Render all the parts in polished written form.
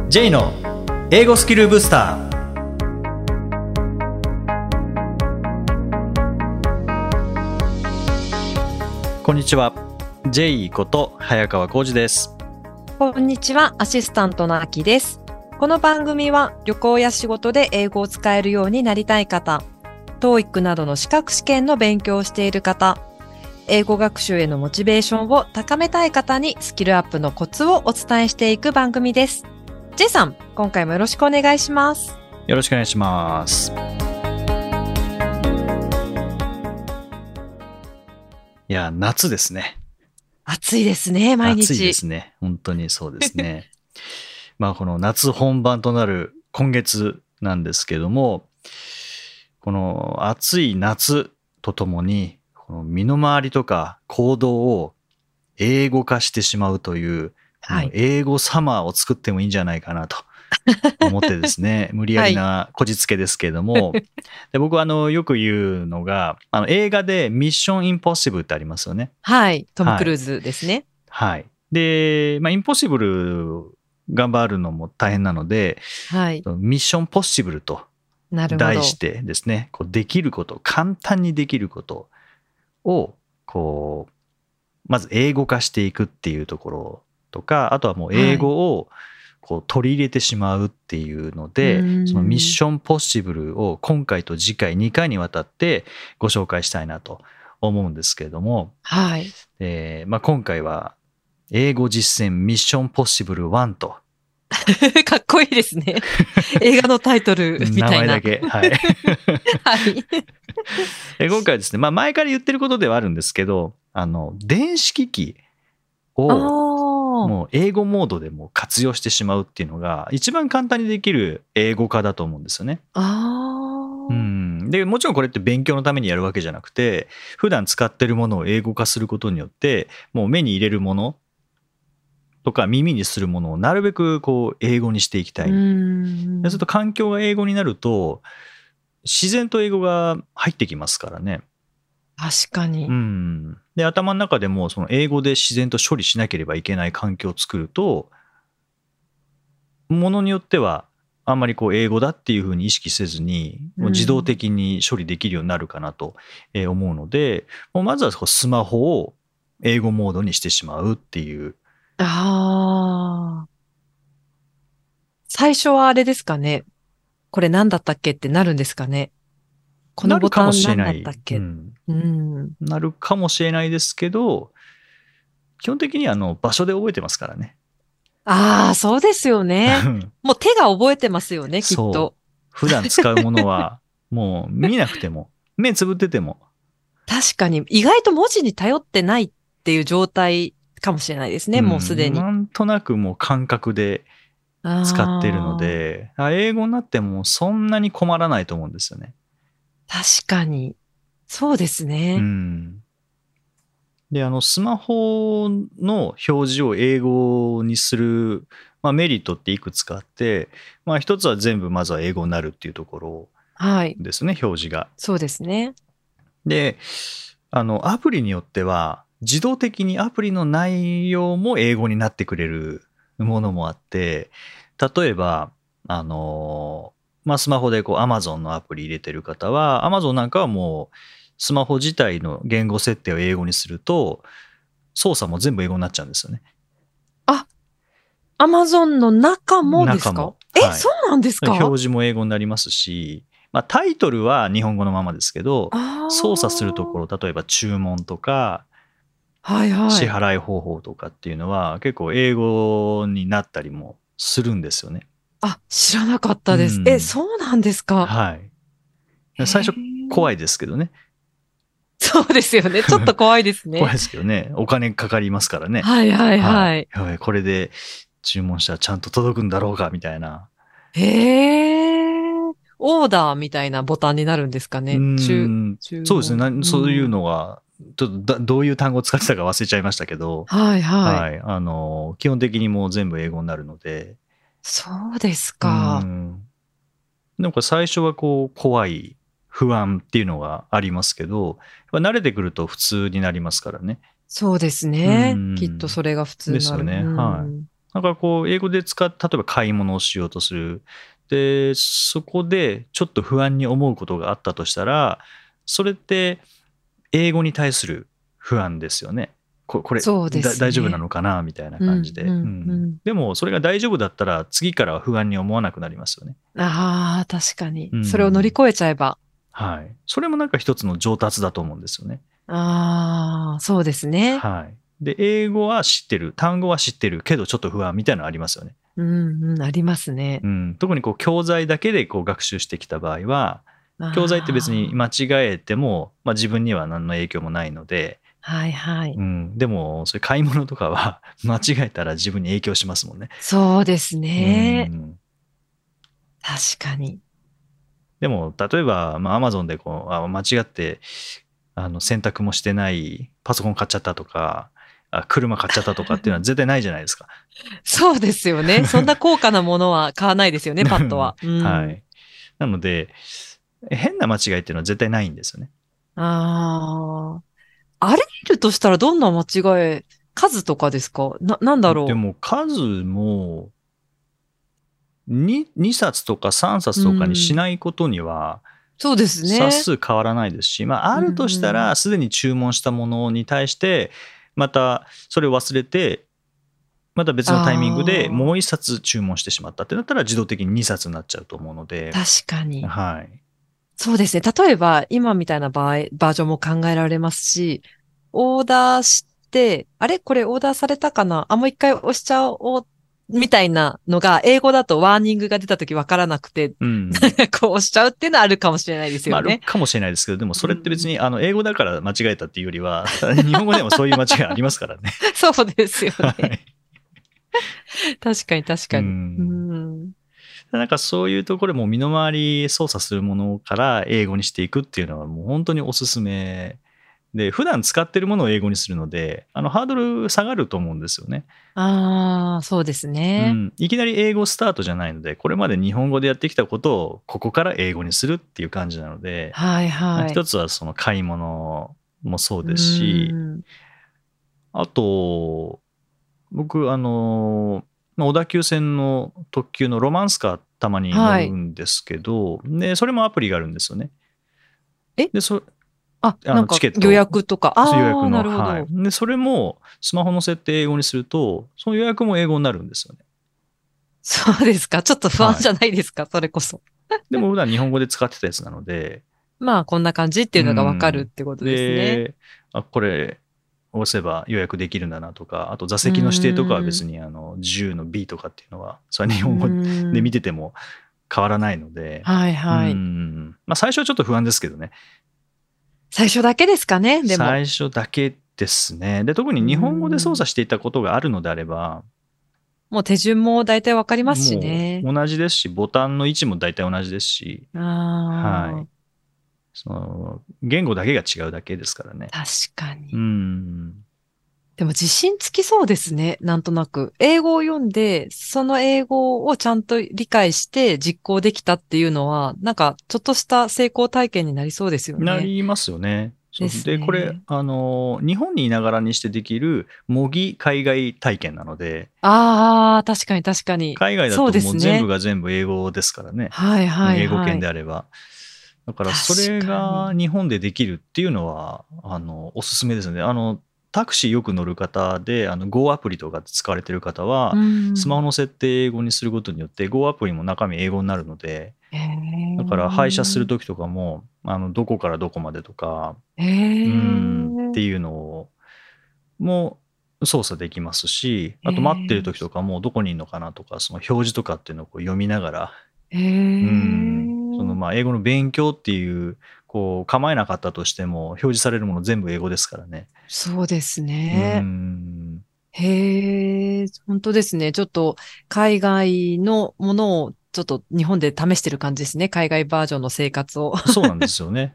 J の英語スキルブスター。こんにちは、 J こと早川浩二です。 こんにちは、アシスタントのあきです。この番組は旅行や仕事で英語を使えるようになりたい方、TOEIC などの資格試験の勉強をしている方、英語学習へのモチベーションを高めたい方にスキルアップのコツをお伝えしていく番組です。J さん、今回もよろしくお願いします。 よろしくお願いします。いや、夏ですね。 暑いですね、毎日。 暑いですね。本当にそうですね。まあこの夏本番となる今月なんですけども、この暑い夏とともにこの身の回りとか行動を英語化してしまうという、この英語サマーを作ってもいいんじゃないかなと思ってですね、無理やりなこじつけですけれども、で僕はよく言うのが、映画でミッションインポッシブルってありますよね。 はい、トム・クルーズですね。 はい。で、インポッシブル頑張るのも大変なので、 はい、 ミッションポッシブルと題してですね、こうできること、簡単にできることをこうまず英語化していくっていうところとか、あとはもう英語をこう取り入れてしまうっていうので、そのミッションポッシブルを今回と次回2回にわたってご紹介したいなと思うんですけれども、 はい。 今回は英語実践ミッションポッシブル1とかっこいいですね。映画のタイトルみたいな。 名前だけ。はい。 はい。 今回はですね、前から言ってることではあるんですけど、電子機器をもう英語モードでも活用してしまうっていうのが一番簡単にできる英語化だと思うんですよね。でもちろんこれって勉強のためにやるわけじゃなくて、普段使ってるものを英語化することによってもう目に入れるものとか耳にするものをなるべくこう英語にしていきたい。そうすると環境が英語になると自然と英語が入ってきますからね。 確かに。 で、頭の中でもその英語で自然と処理しなければいけない環境を作ると、ものによってはあんまりこう英語だっていうふうに意識せずに、もう自動的に処理できるようになるかなと思うので、もうまずはスマホを英語モードにしてしまうっていう。 最初はあれですかね。これ何だったっけってなるんですかね。このボタン何だったっけ。 なるかもしれないですけど、基本的に場所で覚えてますからね。 そうですよね。もう手が覚えてますよね、きっと。 普段使うものはもう見なくても、目つぶってても。 確かに、意外と文字に頼ってないっていう状態かもしれないですね、もうすでに。 なんとなくもう感覚で使ってるので、英語になってもそんなに困らないと思うんですよね。 確かに。そうですね。 で、スマホの表示を英語にする、メリットっていくつかあって、一つは全部まずは英語になるっていうところですね、表示が。 そうですね。 で、アプリによっては自動的にアプリの内容も英語になってくれるものもあって、例えばスマホでAmazon のアプリ入れてる方は、Amazon なんかはもうスマホ自体の言語設定を英語にすると操作も全部英語になっちゃうんですよね。 Amazon の中もですか？そうなんですか？ 表示も英語になりますし、タイトルは日本語のままですけど、操作するところ、例えば注文とか、支払い方法とかっていうのは結構英語になったりもするんですよね。 知らなかったです。そうなんですか？ はい。最初怖いですけどね。 そうですよね。ちょっと怖いですね。 怖いですけどね。お金かかりますからね。これで注文したらちゃんと届くんだろうかみたいな。 オーダーみたいなボタンになるんですかね。 そうですね。そういうのはちょっとどういう単語を使ってたか忘れちゃいましたけど、基本的にもう全部英語になるので。 そうですか。 なんか最初は怖い不安っていうのがありますけど、慣れてくると普通になりますからね。 そうですね。きっとそれが普通になる。 ですよね。 だからこう英語で例えば買い物をしようとする。で、そこでちょっと不安に思うことがあったとしたら、それって英語に対する不安ですよね。これそうですね。 大丈夫なのかなみたいな感じで、でもそれが大丈夫だったら次からは不安に思わなくなりますよね。 ああ、確かに。それを乗り越えちゃえば。 はい。それもなんか一つの上達だと思うんですよね。 ああ、そうですね。 はい。で、英語は知ってる、単語は知ってるけどちょっと不安みたいなのありますよね。 ありますね。 特にこう教材だけでこう学習してきた場合は、教材って別に間違えても、自分には何の影響もないので、 はいはい。 でも、それ買い物とかは間違えたら自分に影響しますもんね。 そうですね。確かに。 でも、例えば、Amazon で間違って、洗濯もしてないパソコン買っちゃったとか、車買っちゃったとかっていうのは絶対ないじゃないですか。 そうですよね。そんな高価なものは買わないですよね、パッとは。 はい。なので、変な間違いっていうのは絶対ないんですよね。 あり得るとしたらどんな間違い、数とかですか？なんだろう。 でも数も2冊とか3冊とかにしないことには、 そうですね。 冊数変わらないですし、あるとしたら、すでに注文したものに対して、またそれを忘れて、また別のタイミングでもう1冊注文してしまったってなったら、自動的に2冊になっちゃうと思うので。 確かに。 はい。 そうですね。例えば、今みたいなバージョンも考えられますし、オーダーして、あれこれオーダーされたかなもう一回押しちゃおう、みたいなのが、英語だとワーニングが出たときわからなくて、なんかこう押しちゃうっていうのはあるかもしれないですよね。 あるかもしれないですけど、でもそれって別に、英語だから間違えたっていうよりは、日本語でもそういう間違いありますからね。 そうですよね。 はい、 確かに確かに。 なんかそういうところも身の回り操作するものから英語にしていくっていうのはもう本当におすすめで、普段使ってるものを英語にするので、ハードル下がると思うんですよね。 そうですね。 いきなり英語スタートじゃないので、これまで日本語でやってきたことをここから英語にするっていう感じなので、 はいはい。 一つはその買い物もそうですし、あと、僕、小田急線の特急のロマンスカーたまに乗るんですけど、で、それもアプリがあるんですよね。で、 なんかチケット。 予約とか。 予約の。 なるほど。 はい。で、それもスマホの設定英語にすると、その予約も英語になるんですよね。 そうですか。ちょっと不安じゃないですか、それこそ。 でも普段日本語で使ってたやつなので。 こんな感じっていうのがわかるってことですね。 で、これ押せば予約できるんだなとか、あと座席の指定とかは別に10の B とかっていうのは、それは日本語で見てても変わらないので。 はいはい。 最初はちょっと不安ですけどね。 最初だけですかね、でも。 最初だけですね。で、特に日本語で操作していたことがあるのであれば、 もう手順も大体わかりますしね。 もう同じですし、ボタンの位置も大体同じですし、はい。言語だけが違うだけですからね。 確かに。 でも自信つきそうですね、なんとなく。英語を読んで、その英語をちゃんと理解して実行できたっていうのは、なんかちょっとした成功体験になりそうですよね。 なりますよね。で、これ、日本にいながらにしてできる模擬海外体験なので。 確かに確かに。 海外だともう全部が全部英語ですからね。 はいはいはい。 英語圏であれば。だからそれが日本でできるっていうのは、おすすめですね。タクシーよく乗る方で、Go アプリとか使われてる方は、スマホの設定英語にすることによって、Go アプリも中身英語になるので、だから配車するときとかも、どこからどこまでとか、っていうのも操作できますし、あと待ってるときとかもどこにいるのかなとか、その表示とかっていうのを読みながら、その英語の勉強っていう、構えなかったとしても、表示されるもの全部英語ですからね。 そうですね。へえ、本当ですね。ちょっと海外のものをちょっと日本で試してる感じですね。海外バージョンの生活を。 そうなんですよね。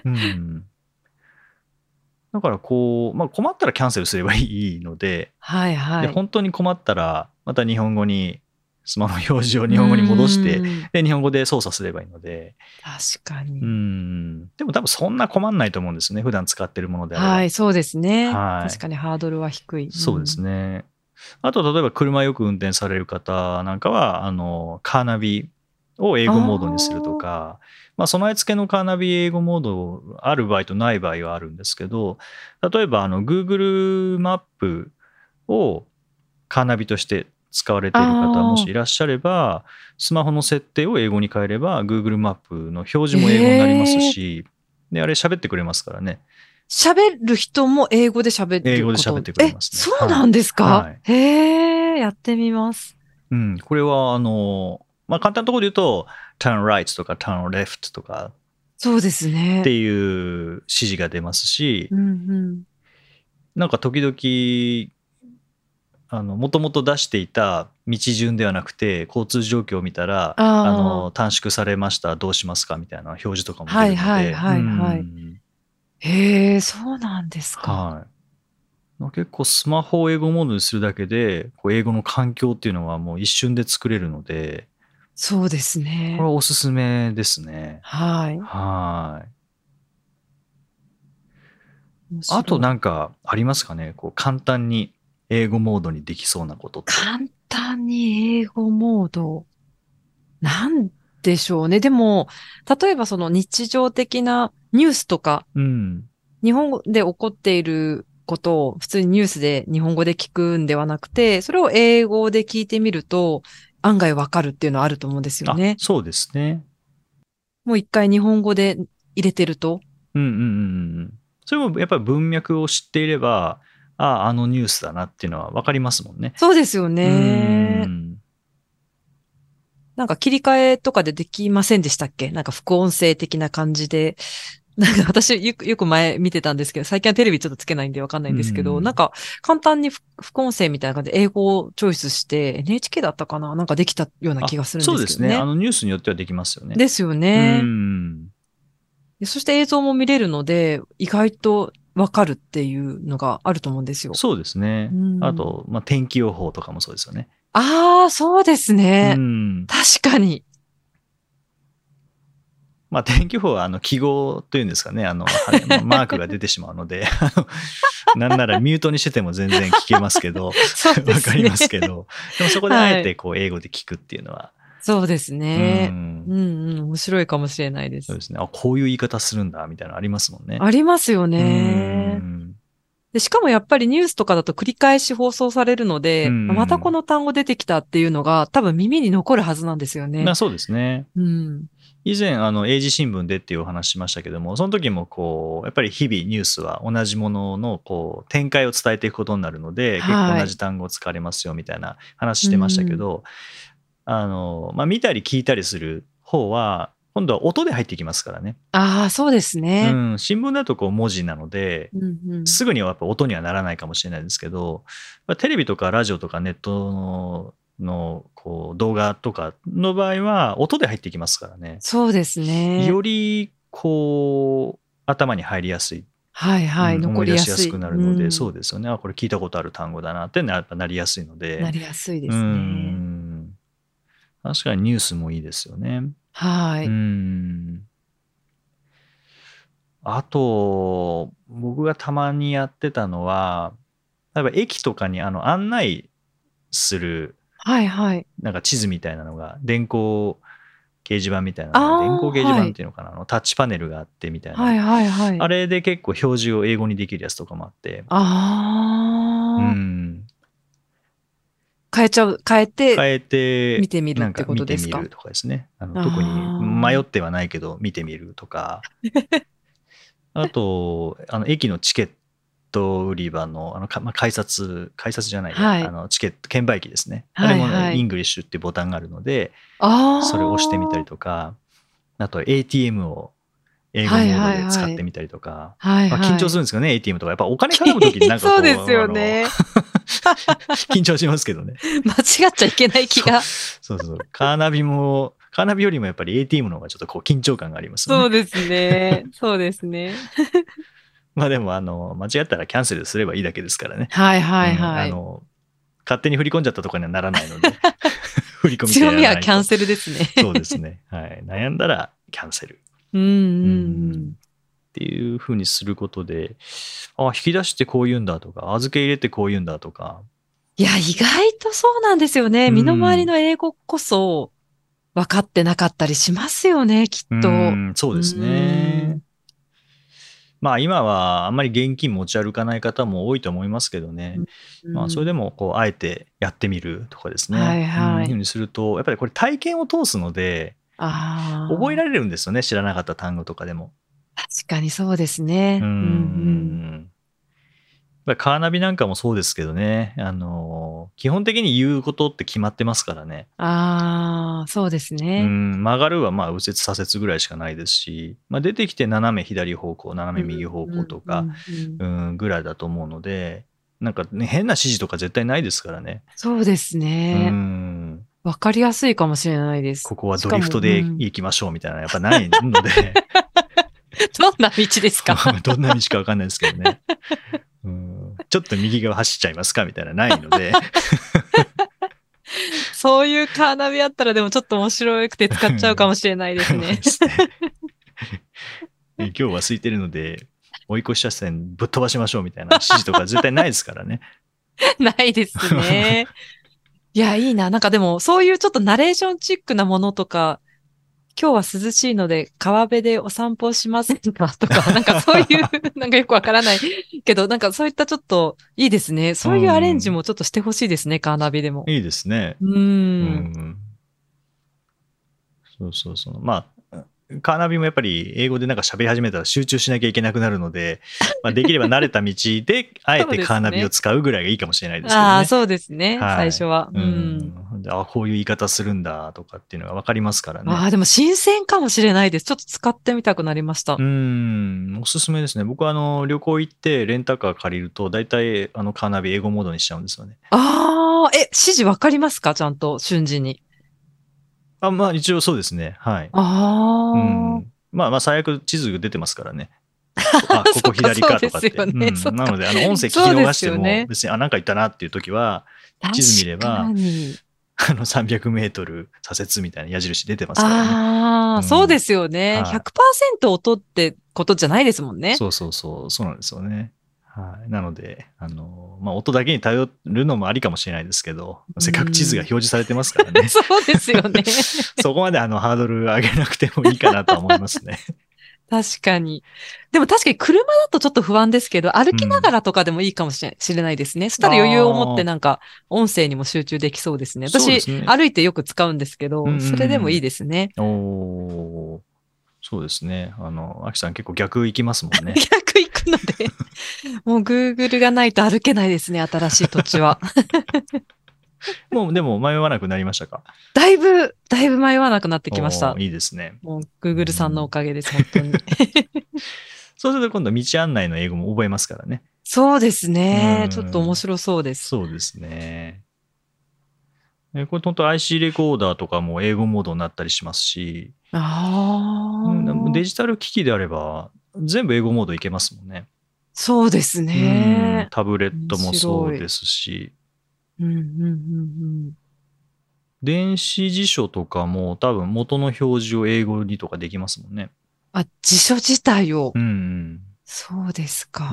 だから困ったらキャンセルすればいいので、 はいはい。 で本当に困ったら、また日本語に、スマホの表示を日本語に戻して、で、日本語で操作すればいいので。 確かに。 でも多分そんな困んないと思うんですね。普段使ってるものであれば。 はい、そうですね。確かにハードルは低い。 そうですね。 あと例えば車よく運転される方なんかはカーナビを英語モードにするとか、備え付けのカーナビ英語モードある場合とない場合はあるんですけど、例えばGoogle マップをカーナビとして使われている方もしいらっしゃれば、スマホの設定を英語に変えれば Google マップの表示も英語になりますし、であれ喋ってくれますからね。 喋る人も英語で喋ること。 英語で喋ってくれますね。 そうなんですか？ はい。 へえ、やってみます。 これは簡単なところで言うと turn right とか turn left とかそうですっね。 ていう指示が出ますし、なんか時々もともと出していた道順ではなくて交通状況を見たら短縮されましたどうしますかみたいな表示とかも出るので、 へえ、そうなんですか。 はい。結構スマホを英語モードにするだけで英語の環境っていうのはもう一瞬で作れるので、 そうですね。 これはおすすめですね。 はい。 はい。あとなんかありますかね、簡単に英語モードにできそうなことって。 簡単に英語モード。なんでしょうね。でも、例えばその日常的なニュースとか、日本語で起こっていることを普通にニュースで日本語で聞くんではなくて、それを英語で聞いてみると案外わかるっていうのはあると思うんですよね。 そうですね。 もう一回日本語で入れてると。 それもやっぱり文脈を知っていれば、あのニュースだなっていうのはわかりますもんね。 そうですよね。なんか切り替えとかでできませんでしたっけ？なんか副音声的な感じで。なんか私よく前見てたんですけど、最近はテレビちょっとつけないんでわかんないんですけど、なんか簡単に副音声みたいな感じで英語をチョイスして NHK だったかななんかできたような気がするんですけどね。 そうですね。ニュースによってはできますよね。 ですよね。そして映像も見れるので、意外とわかるっていうのがあると思うんですよ。 そうですね。あと、天気予報とかもそうですよね。 ああ、そうですね。確かに。 天気予報は記号というんですかね、マークが出てしまうので、なんならミュートにしてても全然聞けますけど、わかりますけど、でもそこであえて英語で聞くっていうのは。 そうですね。面白いかもしれないです。 そうですね。こういう言い方するんだ、みたいなのありますもんね。 ありますよね。で、しかもやっぱりニュースとかだと繰り返し放送されるので、またこの単語出てきたっていうのが多分耳に残るはずなんですよね。 そうですね。以前、英字新聞でっていうお話しましたけども、その時もやっぱり日々ニュースは同じものの展開を伝えていくことになるので、結構同じ単語を使われますよみたいな話してましたけど、見たり聞いたりする方は、今度は音で入ってきますからね。 そうですね。 新聞だと文字なので、すぐにはやっぱ音にはならないかもしれないですけど、テレビとかラジオとかネットの動画とかの場合は音で入ってきますからね。 そうですね。 より頭に入りやすい。 残りやすい。 思い出しやすくなるので、そうですよね。これ聞いたことある単語だなってやっぱなりやすいので。 なりやすいですね。 確かにニュースもいいですよね。あと、僕がたまにやってたのは、例えば駅とかに案内する、なんか地図みたいなのが、電光掲示板みたいなのが、電光掲示板っていうのかな、タッチパネルがあってみたいな。あれで結構表示を英語にできるやつとかもあって。 変えて、見てみるなんかってことですか？ 見てみるとかですね。特に迷ってはないけど見てみるとか。あと、駅のチケット売り場の、改札じゃないや、チケット、券売機ですね。あれもね、イングリッシュっていうボタンがあるので、それを押してみたりとか、あと ATM を英語モードで使ってみたりとか、緊張するんですよね、ATM とか。やっぱお金払うときになんかそうですよね。 緊張しますけどね。 間違っちゃいけない気が。 そう。カーナビよりもやっぱり ATM の方がちょっと緊張感がありますよね。 そうですね。そうですね。 でも間違ったらキャンセルすればいいだけですからね。勝手に振り込んじゃったとかにはならないので、振り込み強みはキャンセルですね。 そうですね。悩んだらキャンセル。っていうふうにすることで、引き出してこう言うんだとか、預け入れてこう言うんだとか。 いや、意外とそうなんですよね。身の回りの英語こそ分かってなかったりしますよね、きっと。 そうですね。まあ今はあんまり現金持ち歩かない方も多いと思いますけどね。まあそれでもこうあえてやってみるとかですね。 はいはい。 いうふうにすると、やっぱりこれ体験を通すので、覚えられるんですよね。知らなかった単語とかでも。 確かにそうですね。 カーナビなんかもそうですけどね。基本的に言うことって決まってますからね。 そうですね。 曲がるはまあ右折左折ぐらいしかないですし、まあ、出てきて斜め左方向、斜め右方向とか、ぐらいだと思うので、なんかね、変な指示とか絶対ないですからね。 そうですね。わかりやすいかもしれないです。 ここはドリフトで行きましょうみたいな、やっぱないので。 どんな道ですか？ どんな道かわかんないですけどね。ちょっと右側走っちゃいますかみたいなないので。 そういうカーナビあったらでもちょっと面白くて使っちゃうかもしれないですね。 今日は空いてるので、追い越し車線ぶっ飛ばしましょうみたいな指示とか絶対ないですからね。 ないですね。いや、いいな。なんかでも、そういうちょっとナレーションチックなものとか、今日は涼しいので川辺でお散歩しませんかとか、なんかそういう、なんかよくわからないけど、なんかそういったちょっといいですね。そういうアレンジもちょっとしてほしいですね、カーナビでも。 いいですね。そうそうそう。まあ、カーナビもやっぱり英語でなんか喋り始めたら集中しなきゃいけなくなるので、まあ、できれば慣れた道で、あえてカーナビを使うぐらいがいいかもしれないですけどね。 そうですね、 はい、 最初は。 こういう言い方するんだとかっていうのが分かりますからね。 でも新鮮かもしれないです。ちょっと使ってみたくなりました。 おすすめですね。僕は旅行行ってレンタカー借りると、大体カーナビ英語モードにしちゃうんですよね。 指示分かりますか？ちゃんと瞬時に。 まあ一応そうですね。はい。まあ最悪地図出てますからね。ここ左かとかって。なので、音声聞き逃しても、別に、なんか言ったなっていう時は、地図見れば、300メートル左折みたいな矢印出てますからね。 そうですよね。100% 音ってことじゃないですもんね。 そうなんですよね。なので、まあ、音だけに頼るのもありかもしれないですけど、せっかく地図が表示されてますからね。 そうですよね。 そこまでハードル上げなくてもいいかなとは思いますね。 確かに。でも確かに車だとちょっと不安ですけど、歩きながらとかでもいいかもしれないですね。そしたら余裕を持ってなんか音声にも集中できそうですね。私、歩いてよく使うんですけど、それでもいいですね。 そうですね。アキさん結構逆行きますもんね。 逆行くので、もう Google がないと歩けないですね、新しい土地は。 もうでも迷わなくなりましたか？ だいぶ迷わなくなってきました。 いいですね。 もう Google さんのおかげです、本当に。 そうすると今度道案内の英語も覚えますからね。 そうですね。ちょっと面白そうです。 そうですね。これ本当 IC レコーダーとかも英語モードになったりしますし、デジタル機器であれば全部英語モードいけますもんね。 そうですね。 タブレットもそうですし。電子辞書とかも多分元の表示を英語にとかできますもんね。 辞書自体を。そうですか。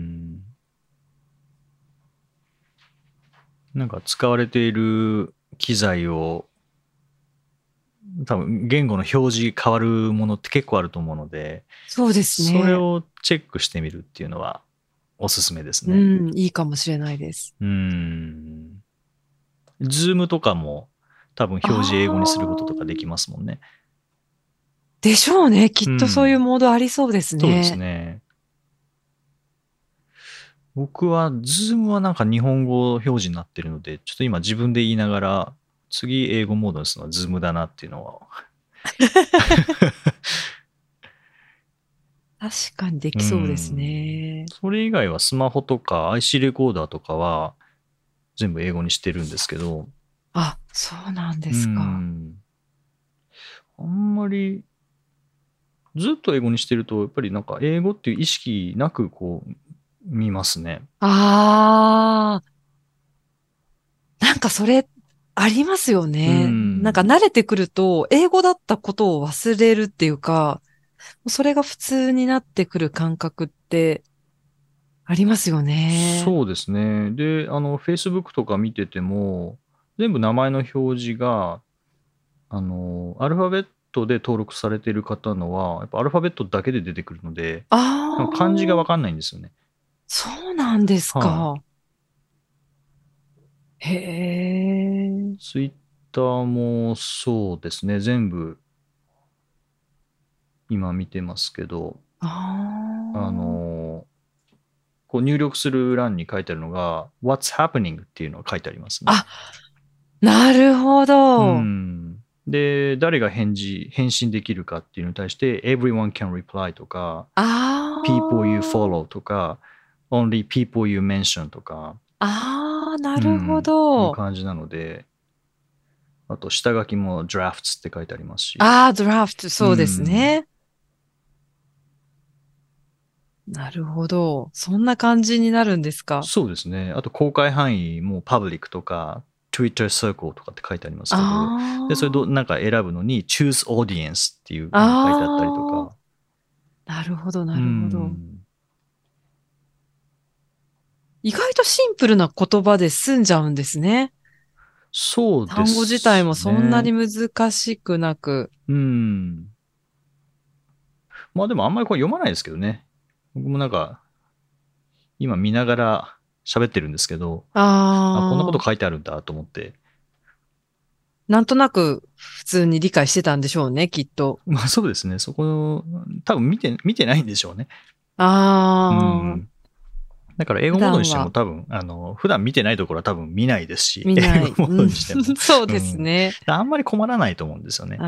なんか使われている機材を多分言語の表示変わるものって結構あると思うので、 そうですね。 それをチェックしてみるっていうのはおすすめですね。 いいかもしれないです。 ズームとかも多分表示英語にすることとかできますもんね。 でしょうね。きっとそういうモードありそうですね。 そうですね。僕は、ズームはなんか日本語表示になってるので、ちょっと今自分で言いながら、次英語モードにするのはズームだなっていうのは。 確かにできそうですね。 それ以外はスマホとか IC レコーダーとかは全部英語にしてるんですけど。 そうなんですか。 あんまり、ずっと英語にしてると、やっぱりなんか英語っていう意識なくこう、見ますね。 なんかそれ、ありますよね。なんか慣れてくると、英語だったことを忘れるっていうか、それが普通になってくる感覚ってありますよね。 そうですね。で、Facebook とか見てても、全部名前の表示が、アルファベットで登録されている方のは、やっぱアルファベットだけで出てくるので、漢字がわかんないんですよね。 そうなんですか。へえ。 ツイッターもそうですね。全部、今見てますけど、こう入力する欄に書いてあるのが、What's happening っていうのが書いてありますね。 あ、なるほど。 で、誰が返信できるかっていうのに対して、Everyone can reply とか、People you follow とか、Only people you mention とか、 なるほど。 いう感じなので、あと下書きも Drafts って書いてありますし。 Draft、そうですね。なるほど。そんな感じになるんですか。 そうですね。あと公開範囲も Public とか Twitter Circle とかって書いてありますけど、でそれなんか選ぶのに Choose Audience っていうのが書いてあったりとか。 なるほど、なるほど。意外とシンプルな言葉で済んじゃうんですね。 そうですね。 単語自体もそんなに難しくなく。 まあでもあんまりこれ読まないですけどね。僕もなんか、今見ながら喋ってるんですけど、こんなこと書いてあるんだと思って。 なんとなく普通に理解してたんでしょうね、きっと。 まあそうですね。そこ、多分見てないんでしょうね。だから英語モードにしても多分、普段見てないところは多分見ないですし、 見ない。 英語モードにしても。 そうですね。 あんまり困らないと思うんですよね。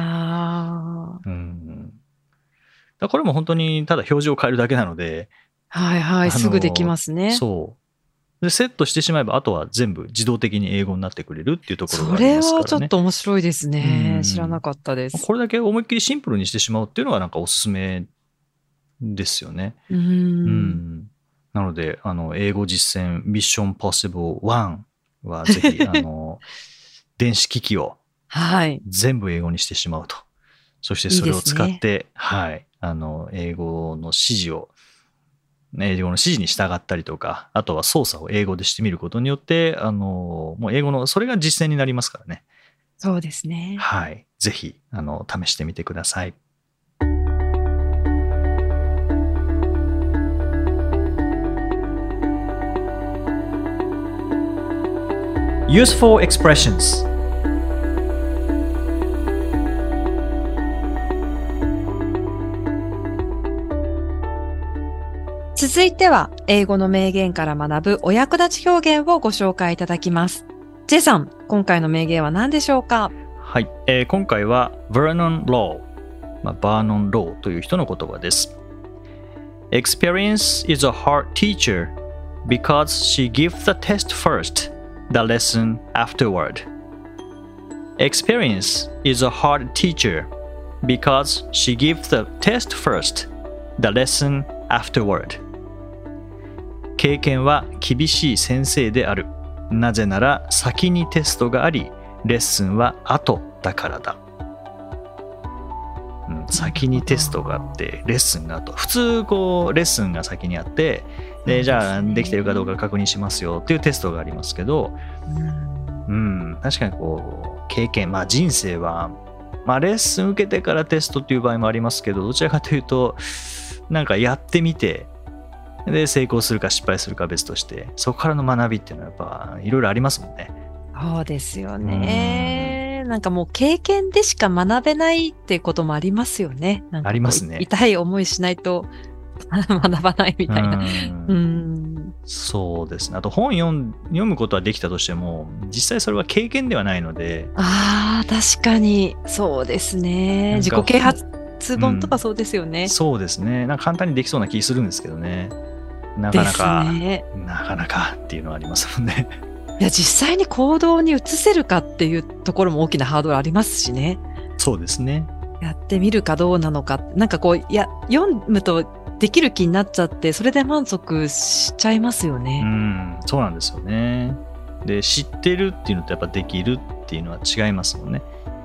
これも本当にただ表示を変えるだけなので、 はいはい、すぐできますね。 そう。で、セットしてしまえば、あとは全部自動的に英語になってくれるっていうところがありますからね。 それはちょっと面白いですね。知らなかったです。 これだけ思いっきりシンプルにしてしまうっていうのがなんかおすすめですよね。なので、英語実践ミッションポッシブル1はぜひ、電子機器を全部英語にしてしまうと。そしてそれを使って、はい、英語の指示に従ったりとか、あとは操作を英語でしてみることによって、もう英語の、それが実践になりますからね。 そうですね。 はい。ぜひ、試してみてください。Useful expressions。 続いては、英語の名言から学ぶお役立ち表現をご紹介いただきます。J さん、今回の名言は何でしょうか？ はい、今回は Vernon Law、バーノン・ローという人の言葉です。Experience is a hard teacher because she gives the test first, the lesson afterward. Experience is a hard teacher because she gives the test first, the lesson afterward. 経験は厳しい先生である。なぜなら先にテストがあり、レッスンは後だからだ。先にテストがあって、レッスンが後。普通こうレッスンが先にあって、でじゃあできてるかどうか確認しますよっていうテストがありますけど、確かにこう経験、人生は、レッスン受けてからテストっていう場合もありますけど、どちらかというとなんかやってみて、で成功するか失敗するか別として、そこからの学びっていうのはやっぱいろいろありますもんね。 そうですよね。なんかもう経験でしか学べないってこともありますよね。なんかありますね。 痛い思いしないと学ばないみたいな。 そうですね。あと本読むことはできたとしても、実際それは経験ではないので。 確かにそうですね。自己啓発本とかそうですよね。 そうですね。なんか簡単にできそうな気するんですけどね。なかなかっていうのはありますもんね。 いや、実際に行動に移せるかっていうところも大きなハードルありますしね。 そうですね。 やってみるかどうなのか。なんかこう、読むとできる気になっちゃって、それで満足しちゃいますよね。 そうなんですよね。で、知ってるっていうのとやっぱできるっていうのは違いますもんね。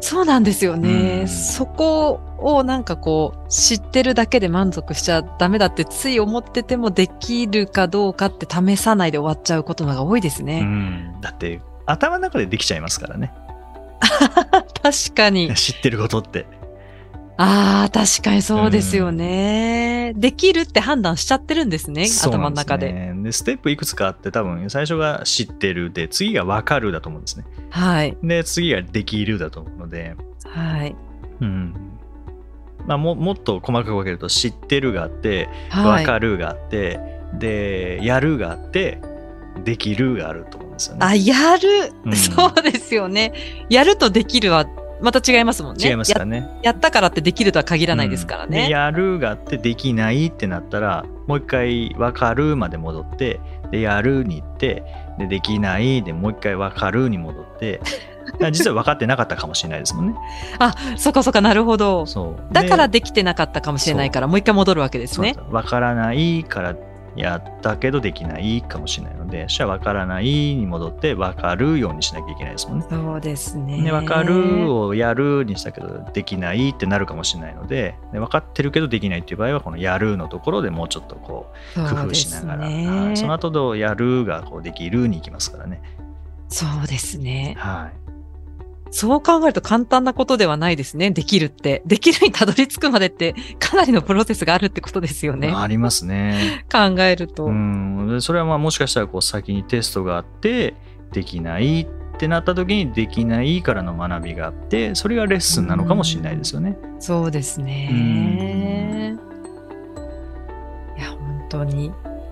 そうなんですよね。そこをなんかこう、知ってるだけで満足しちゃダメだってつい思ってても、できるかどうかって試さないで終わっちゃうことのが多いですね。 だって頭の中でできちゃいますからね。 確かに。 知ってることって。 ああ、確かにそうですよね。できるって判断しちゃってるんですね、頭の中で。 で、ステップいくつかあって、多分最初が知ってるで、次が分かるだと思うんですね。 はい。 で、次ができるだと思うので、 はい。 まあ、もっと細かく分けると、知ってるがあって、 はい、 分かるがあって、で、やるがあって、できるがあると思うんですよね。 あ、やる、そうですよね。やるとできるはまた違いますもんね。 違いますからね。 やったからってできるとは限らないですからね。 でやるがあってできないってなったら、もう一回分かるまで戻って、でやるに行って、できないでもう一回分かるに戻って、実は分かってなかったかもしれないですもんね。 あ、そっかそっか、なるほど。 そうだからできてなかったかもしれないから、もう一回戻るわけですね。 分からないからやったけどできないかもしれないので、そしたら分からないに戻って分かるようにしなきゃいけないですもんね。 そうですね。 で分かるをやるにしたけどできないってなるかもしれないので、分かってるけどできないっていう場合はこのやるのところでもうちょっとこう工夫しながら、その後のやるがこうできるに行きますからね。 そうですね。 はい。 そう考えると簡単なことではないですね。できるって。できるにたどり着くまでってかなりのプロセスがあるってことですよね。 ありますね。 考えると。 それはまあもしかしたらこう先にテストがあってできないってなった時にできないからの学びがあって、それがレッスンなのかもしれないですよね。 そうですね。いや本当に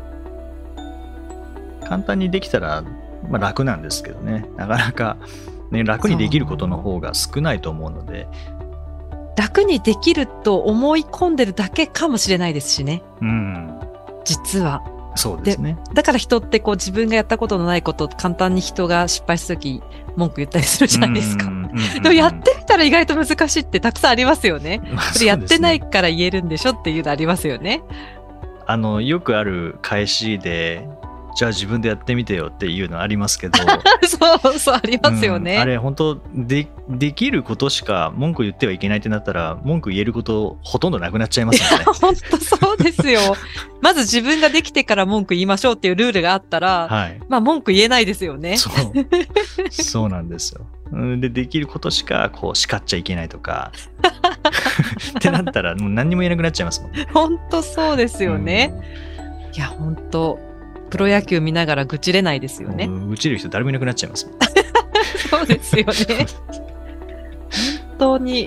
簡単にできたら、まあ、楽なんですけどね、なかなか、ね、楽にできることの方が少ないと思うので、 楽にできると思い込んでるだけかもしれないですしね。実は。 そうですね。 だから人ってこう自分がやったことのないことを簡単に人が失敗したとき文句言ったりするじゃないですか。でもやってみたら意外と難しいってたくさんありますよね。それやってないから言えるんでしょっていうのありますよね。 よくある返しで、じゃあ自分でやってみてよっていうのありますけどそうそうありますよね。 あれ本当できることしか文句言ってはいけないってなったら文句言えることほとんどなくなっちゃいますよね。 本当そうですよ。まず自分ができてから文句言いましょうっていうルールがあったら、はい、まあ文句言えないですよね。 そうなんですよ。できることしかこう叱っちゃいけないとかってなったらもう何にも言えなくなっちゃいますもんね。 本当そうですよね。いや本当プロ野球見ながら愚痴れないですよね。 愚痴る人誰もいなくなっちゃいますもん。 そうですよね。本当に。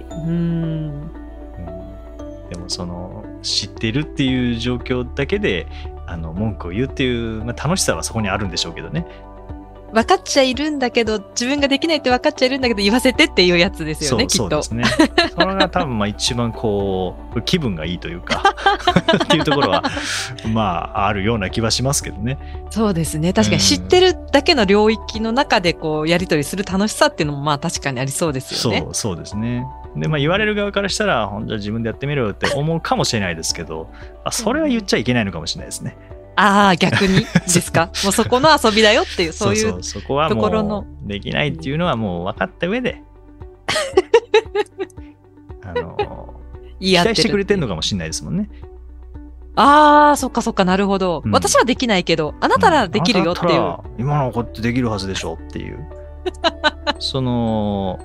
でもその知ってるっていう状況だけで文句を言うっていう、楽しさはそこにあるんでしょうけどね。 分かっちゃいるんだけど自分ができないって分かっちゃいるんだけど言わせてっていうやつですよね。きっと。 そうですね。それが多分一番こう気分がいいというかっていうところはあるような気はしますけどね。 そうですね。確かに知ってるだけの領域の中でこうやり取りする楽しさっていうのも確かにありそうですよね。 そうですね。で言われる側からしたらじゃあ自分でやってみろよって思うかもしれないですけど、それは言っちゃいけないのかもしれないですね。 ああ、逆にですか。もうそこの遊びだよっていう、そういうそこはもうできないっていうのはもう分かった上で期待してくれてるのかもしれないですもんね。 ああ、そっかそっか、なるほど。私はできないけど、あなたならできるよっていう。 今の子ってできるはずでしょっていう。その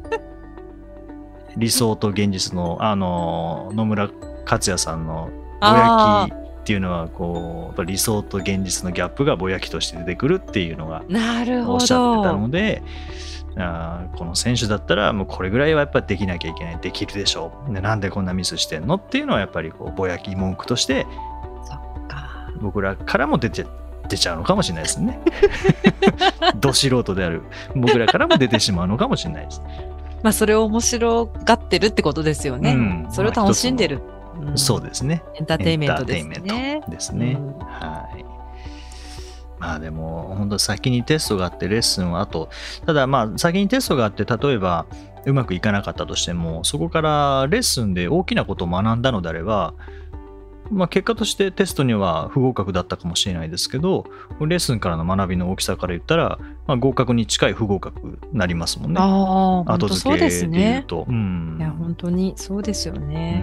理想と現実の野村克也さんのぼやきっていうのはこう理想と現実のギャップがぼやきとして出てくるっていうのがおっしゃってたので、この選手だったらもうこれぐらいはやっぱりできなきゃいけない、できるでしょう、なんでこんなミスしてんのっていうのはやっぱりこうぼやき文句として僕らからも出ちゃうのかもしれないですね。ど素人である僕らからも出てしまうのかもしれないです。 それを面白がってるってことですよね。それを楽しんでる。 そうですね。 エンターテインメントですね。 はい。でも本当先にテストがあってレッスンは後、ただ先にテストがあって例えばうまくいかなかったとしてもそこからレッスンで大きなことを学んだのであれば結果としてテストには不合格だったかもしれないですけど、レッスンからの学びの大きさから言ったら、合格に近い不合格になりますもんね。 本当後付けで言うと。 いや本当にそうですよね。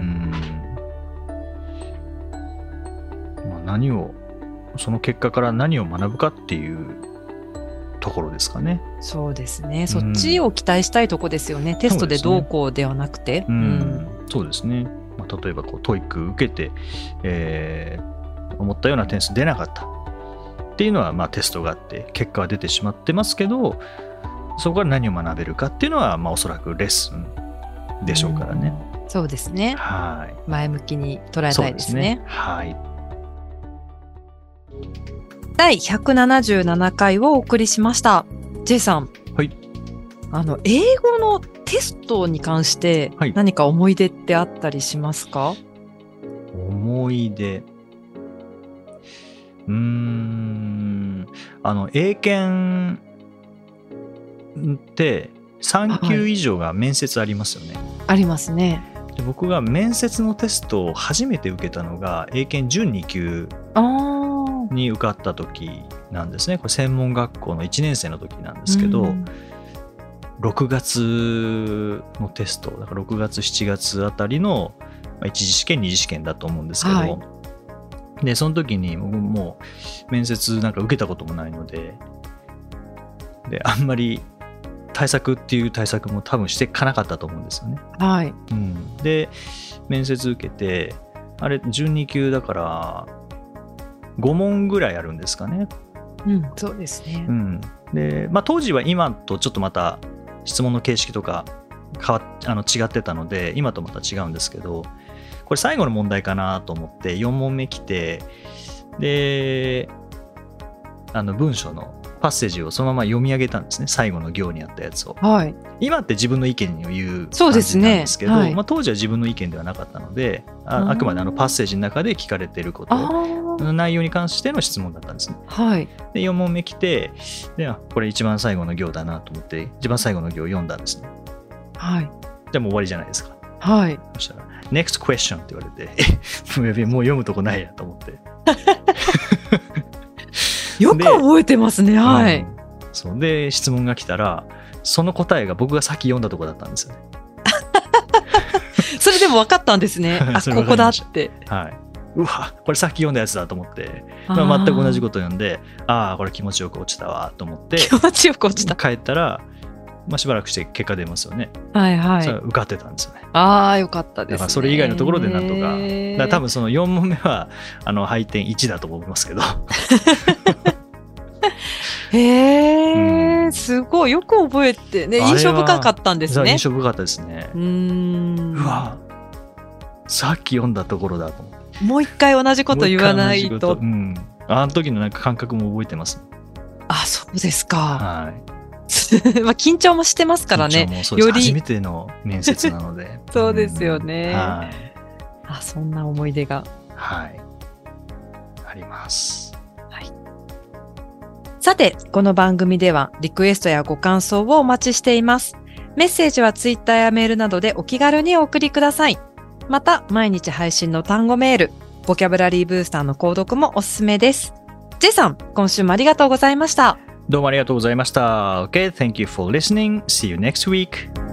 その結果から何を学ぶかっていうところですかね。 そうですね。そっちを期待したいとこですよね。テストでどうこうではなくて。 そうですね。例えばTOEIC 受けて、思ったような点数出なかったっていうのはテストがあって結果は出てしまってますけど、そこから何を学べるかっていうのはおそらくレッスンでしょうからね。 そうですね。 はい。 前向きに捉えたいですね。 はい。 第177回をお送りしました。J さん。 はい。 英語のテストに関して何か思い出ってあったりしますか？ 思い出。英検って3級以上が面接ありますよね。 ありますね。 で僕が面接のテストを初めて受けたのが英検準2級に受かった時なんですね。これ専門学校の1年生の時なんですけど、6月のテストだから6月7月あたりの1次試験2次試験だと思うんですけど、でその時に僕もう面接なんか受けたこともないので、あんまり対策っていう対策も多分していかなかったと思うんですよね。で面接受けて、あれ準2級だから5問ぐらいあるんですかね。 そうですね。 で当時は今とちょっとまた質問の形式とか違ってたので今とまた違うんですけど、これ最後の問題かなと思って4問目来て、で文章のパッセージをそのまま読み上げたんですね。最後の行にあったやつを。今って自分の意見を言う感じなんですけど、当時は自分の意見ではなかったので、あくまでパッセージの中で聞かれていることの内容に関しての質問だったんですね。で4問目来て、でこれ一番最後の行だなと思って一番最後の行を読んだんですね。じゃあもう終わりじゃないですか。そしたらNext question って言われてもう読むとこないやと思ってよく覚えてますね。 そうで質問が来たらその答えが僕がさっき読んだとこだったんですよね。 それでも分かったんですね。ここだって。 うわこれさっき読んだやつだと思って、全く同じこと読んで、これ気持ちよく落ちたわと思って気持ちよく落ちた。 帰ったらしばらくして結果出ますよね。それ受かってたんですよね。 よかったですね。 だからそれ以外のところでなんとか。だから多分その4問目は配点1だと思いますけど。 すごいよく覚えてね。印象深かったんですね。 印象深かったですね。うわさっき読んだところだと思って。 もう一回同じこと言わないと。 あの時の感覚も覚えてます。 そうですか。緊張もしてますからね。 より初めての面接なので。 そうですよね。そんな思い出があります。 さて、この番組ではリクエストやご感想をお待ちしています。メッセージはツイッターやメールなどでお気軽にお送りください。また、毎日配信の単語メール、ボキャブラリーブースターの購読もおすすめです。J さん、今週もありがとうございました。 どうもありがとうございました。Okay, thank you for listening. See you next week.